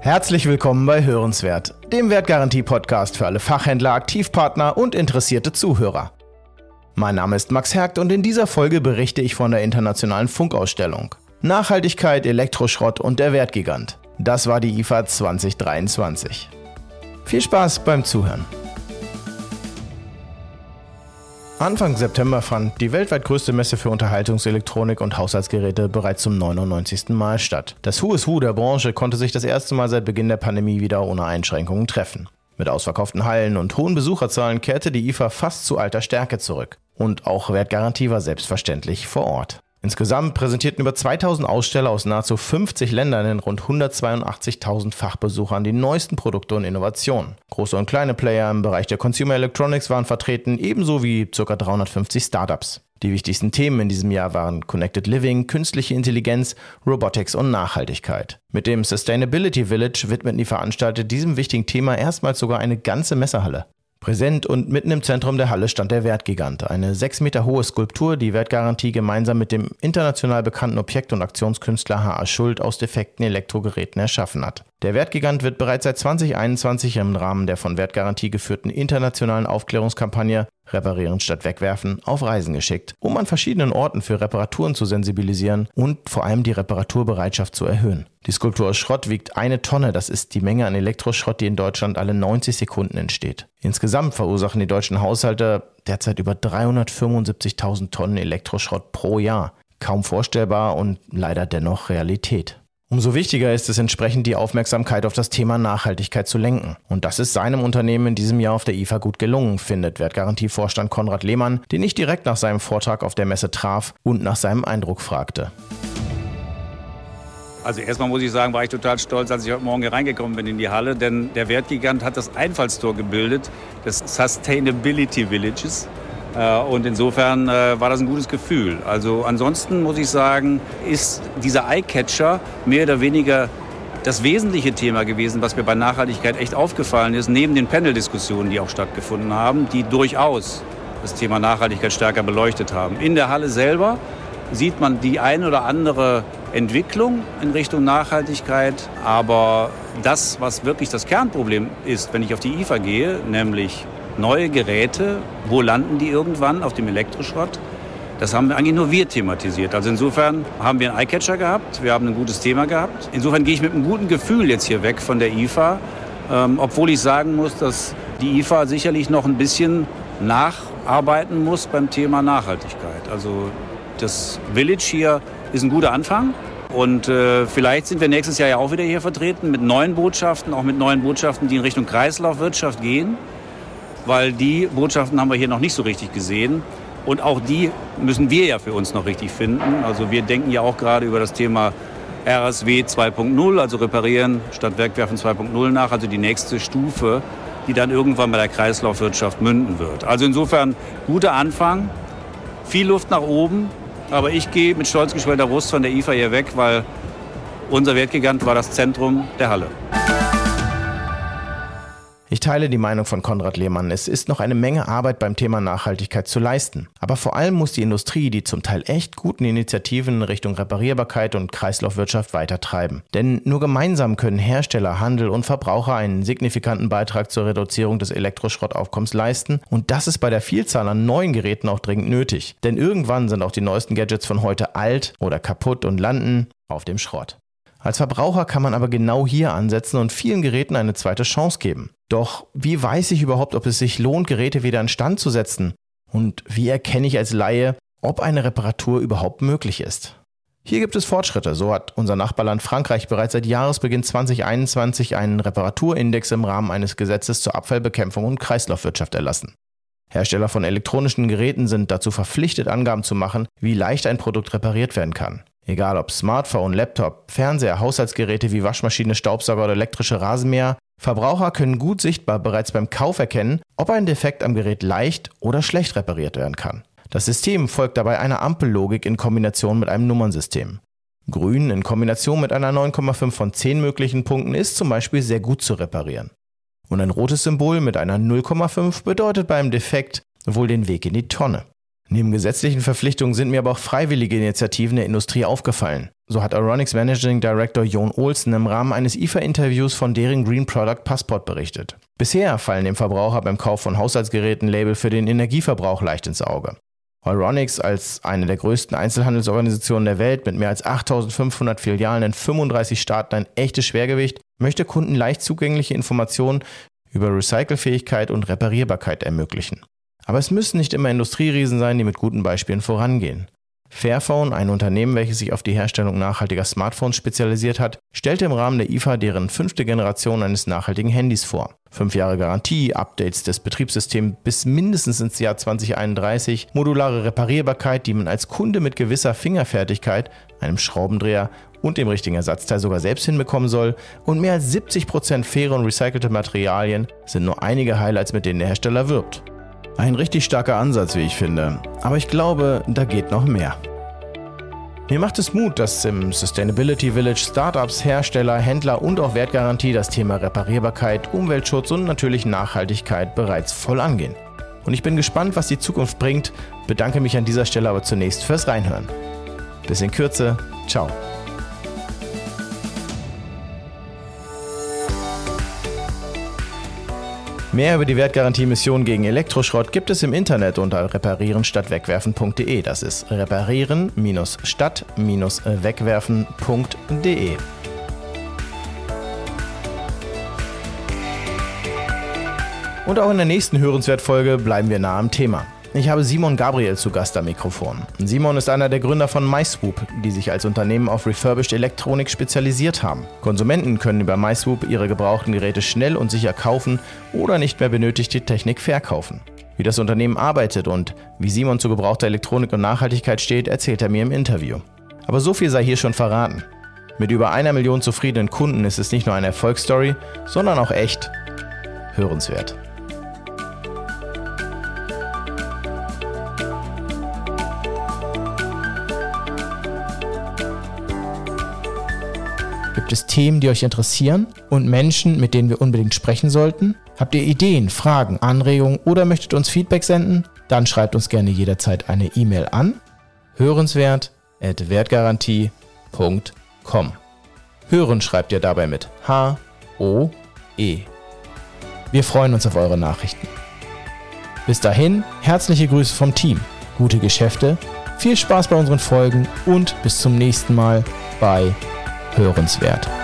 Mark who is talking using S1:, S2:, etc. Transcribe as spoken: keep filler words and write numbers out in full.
S1: Herzlich willkommen bei Hörenswert, dem Wertgarantie-Podcast für alle Fachhändler, Aktivpartner und interessierte Zuhörer. Mein Name ist Max Hergt und in dieser Folge berichte ich von der internationalen Funkausstellung Nachhaltigkeit, Elektroschrott und der Wertgigant. Das war die I F A zwanzig dreiundzwanzig. Viel Spaß beim Zuhören. Anfang September fand die weltweit größte Messe für Unterhaltungselektronik und Haushaltsgeräte bereits zum neunundneunzigsten Mal statt. Das Who is Who der Branche konnte sich das erste Mal seit Beginn der Pandemie wieder ohne Einschränkungen treffen. Mit ausverkauften Hallen und hohen Besucherzahlen kehrte die I F A fast zu alter Stärke zurück. Und auch Wertgarantie war selbstverständlich vor Ort. Insgesamt präsentierten über zweitausend Aussteller aus nahezu fünfzig Ländern in rund hundertzweiundachtzigtausend Fachbesuchern die neuesten Produkte und Innovationen. Große und kleine Player im Bereich der Consumer Electronics waren vertreten, ebenso wie ca. dreihundertfünfzig Startups. Die wichtigsten Themen in diesem Jahr waren Connected Living, künstliche Intelligenz, Robotics und Nachhaltigkeit. Mit dem Sustainability Village widmeten die Veranstalter diesem wichtigen Thema erstmals sogar eine ganze Messehalle. Präsent und mitten im Zentrum der Halle stand der Wertgigant, eine sechs Meter hohe Skulptur, die Wertgarantie gemeinsam mit dem international bekannten Objekt- und Aktionskünstler H A. Schuld aus defekten Elektrogeräten erschaffen hat. Der Wertgigant wird bereits seit zwanzig einundzwanzig im Rahmen der von Wertgarantie geführten internationalen Aufklärungskampagne Reparieren statt Wegwerfen auf Reisen geschickt, um an verschiedenen Orten für Reparaturen zu sensibilisieren und vor allem die Reparaturbereitschaft zu erhöhen. Die Skulptur aus Schrott wiegt eine Tonne, das ist die Menge an Elektroschrott, die in Deutschland alle neunzig Sekunden entsteht. Insgesamt verursachen die deutschen Haushalte derzeit über dreihundertfünfundsiebzigtausend Tonnen Elektroschrott pro Jahr. Kaum vorstellbar und leider dennoch Realität. Umso wichtiger ist es entsprechend, die Aufmerksamkeit auf das Thema Nachhaltigkeit zu lenken. Und das ist seinem Unternehmen in diesem Jahr auf der I F A gut gelungen, findet Wertgarantievorstand Konrad Lehmann, den ich direkt nach seinem Vortrag auf der Messe traf und nach seinem Eindruck fragte.
S2: Also erstmal muss ich sagen, war ich total stolz, als ich heute Morgen hier reingekommen bin in die Halle, denn der Wertgigant hat das Einfallstor gebildet des Sustainability Villages. Und insofern war das ein gutes Gefühl. Also ansonsten muss ich sagen, ist dieser Eyecatcher mehr oder weniger das wesentliche Thema gewesen, was mir bei Nachhaltigkeit echt aufgefallen ist, neben den Panel-Diskussionen, die auch stattgefunden haben, die durchaus das Thema Nachhaltigkeit stärker beleuchtet haben. In der Halle selber sieht man die ein oder andere Entwicklung in Richtung Nachhaltigkeit, aber das, was wirklich das Kernproblem ist, wenn ich auf die I F A gehe, nämlich neue Geräte, wo landen die irgendwann? Auf dem Elektroschrott? Das haben eigentlich nur wir thematisiert. Also insofern haben wir einen Eyecatcher gehabt, wir haben ein gutes Thema gehabt. Insofern gehe ich mit einem guten Gefühl jetzt hier weg von der I F A, ähm, obwohl ich sagen muss, dass die I F A sicherlich noch ein bisschen nacharbeiten muss beim Thema Nachhaltigkeit. Also das Village hier ist ein guter Anfang. Und äh, vielleicht sind wir nächstes Jahr ja auch wieder hier vertreten mit neuen Botschaften, auch mit neuen Botschaften, die in Richtung Kreislaufwirtschaft gehen. Weil die Botschaften haben wir hier noch nicht so richtig gesehen. Und auch die müssen wir ja für uns noch richtig finden. Also wir denken ja auch gerade über das Thema R S W zwei Punkt null, also Reparieren statt Wegwerfen zwei Punkt null nach, also die nächste Stufe, die dann irgendwann bei der Kreislaufwirtschaft münden wird. Also insofern guter Anfang, viel Luft nach oben. Aber ich gehe mit stolz geschwellter Brust von der I F A hier weg, weil unser Wertgigant war das Zentrum der Halle.
S1: Ich teile die Meinung von Konrad Lehmann. Es ist noch eine Menge Arbeit beim Thema Nachhaltigkeit zu leisten. Aber vor allem muss die Industrie die zum Teil echt guten Initiativen in Richtung Reparierbarkeit und Kreislaufwirtschaft weitertreiben. Denn nur gemeinsam können Hersteller, Handel und Verbraucher einen signifikanten Beitrag zur Reduzierung des Elektroschrottaufkommens leisten. Und das ist bei der Vielzahl an neuen Geräten auch dringend nötig. Denn irgendwann sind auch die neuesten Gadgets von heute alt oder kaputt und landen auf dem Schrott. Als Verbraucher kann man aber genau hier ansetzen und vielen Geräten eine zweite Chance geben. Doch wie weiß ich überhaupt, ob es sich lohnt, Geräte wieder instand zu setzen? Und wie erkenne ich als Laie, ob eine Reparatur überhaupt möglich ist? Hier gibt es Fortschritte. So hat unser Nachbarland Frankreich bereits seit Jahresbeginn zwanzig einundzwanzig einen Reparaturindex im Rahmen eines Gesetzes zur Abfallbekämpfung und Kreislaufwirtschaft erlassen. Hersteller von elektronischen Geräten sind dazu verpflichtet, Angaben zu machen, wie leicht ein Produkt repariert werden kann. Egal ob Smartphone, Laptop, Fernseher, Haushaltsgeräte wie Waschmaschine, Staubsauger oder elektrische Rasenmäher, Verbraucher können gut sichtbar bereits beim Kauf erkennen, ob ein Defekt am Gerät leicht oder schlecht repariert werden kann. Das System folgt dabei einer Ampellogik in Kombination mit einem Nummernsystem. Grün in Kombination mit einer neun Komma fünf von zehn möglichen Punkten ist zum Beispiel sehr gut zu reparieren. Und ein rotes Symbol mit einer null Komma fünf bedeutet beim Defekt wohl den Weg in die Tonne. Neben gesetzlichen Verpflichtungen sind mir aber auch freiwillige Initiativen der Industrie aufgefallen. So hat Euronics Managing Director Jon Olsen im Rahmen eines I F A-Interviews von deren Green Product Passport berichtet. Bisher fallen dem Verbraucher beim Kauf von Haushaltsgeräten Label für den Energieverbrauch leicht ins Auge. Euronics als eine der größten Einzelhandelsorganisationen der Welt mit mehr als achttausendfünfhundert Filialen in fünfunddreißig Staaten ein echtes Schwergewicht, möchte Kunden leicht zugängliche Informationen über Recycelfähigkeit und Reparierbarkeit ermöglichen. Aber es müssen nicht immer Industrieriesen sein, die mit guten Beispielen vorangehen. Fairphone, ein Unternehmen, welches sich auf die Herstellung nachhaltiger Smartphones spezialisiert hat, stellte im Rahmen der I F A deren fünfte Generation eines nachhaltigen Handys vor. Fünf Jahre Garantie, Updates des Betriebssystems bis mindestens ins Jahr zweitausendeinunddreißig, modulare Reparierbarkeit, die man als Kunde mit gewisser Fingerfertigkeit, einem Schraubendreher und dem richtigen Ersatzteil sogar selbst hinbekommen soll, und mehr als siebzig Prozent faire und recycelte Materialien sind nur einige Highlights, mit denen der Hersteller wirbt. Ein richtig starker Ansatz, wie ich finde. Aber ich glaube, da geht noch mehr. Mir macht es Mut, dass im Sustainability Village Startups, Hersteller, Händler und auch Wertgarantie das Thema Reparierbarkeit, Umweltschutz und natürlich Nachhaltigkeit bereits voll angehen. Und ich bin gespannt, was die Zukunft bringt, bedanke mich an dieser Stelle aber zunächst fürs Reinhören. Bis in Kürze, ciao. Mehr über die Wertgarantie-Mission gegen Elektroschrott gibt es im Internet unter reparieren statt wegwerfen punkt de. Das ist reparieren statt wegwerfen punkt de. Und auch in der nächsten Hörenswert-Folge bleiben wir nah am Thema. Ich habe Simon Gabriel zu Gast am Mikrofon. Simon ist einer der Gründer von MySwoop, die sich als Unternehmen auf refurbished Elektronik spezialisiert haben. Konsumenten können über MySwoop ihre gebrauchten Geräte schnell und sicher kaufen oder nicht mehr benötigte Technik verkaufen. Wie das Unternehmen arbeitet und wie Simon zu gebrauchter Elektronik und Nachhaltigkeit steht, erzählt er mir im Interview. Aber so viel sei hier schon verraten. Mit über einer Million zufriedenen Kunden ist es nicht nur eine Erfolgsstory, sondern auch echt hörenswert. Gibt es Themen, die euch interessieren und Menschen, mit denen wir unbedingt sprechen sollten? Habt ihr Ideen, Fragen, Anregungen oder möchtet uns Feedback senden? Dann schreibt uns gerne jederzeit eine E-Mail an hörenswert at wertgarantie punkt com. Hören schreibt ihr dabei mit H O E. Wir freuen uns auf eure Nachrichten. Bis dahin, herzliche Grüße vom Team, gute Geschäfte, viel Spaß bei unseren Folgen und bis zum nächsten Mal bei Hörenswert.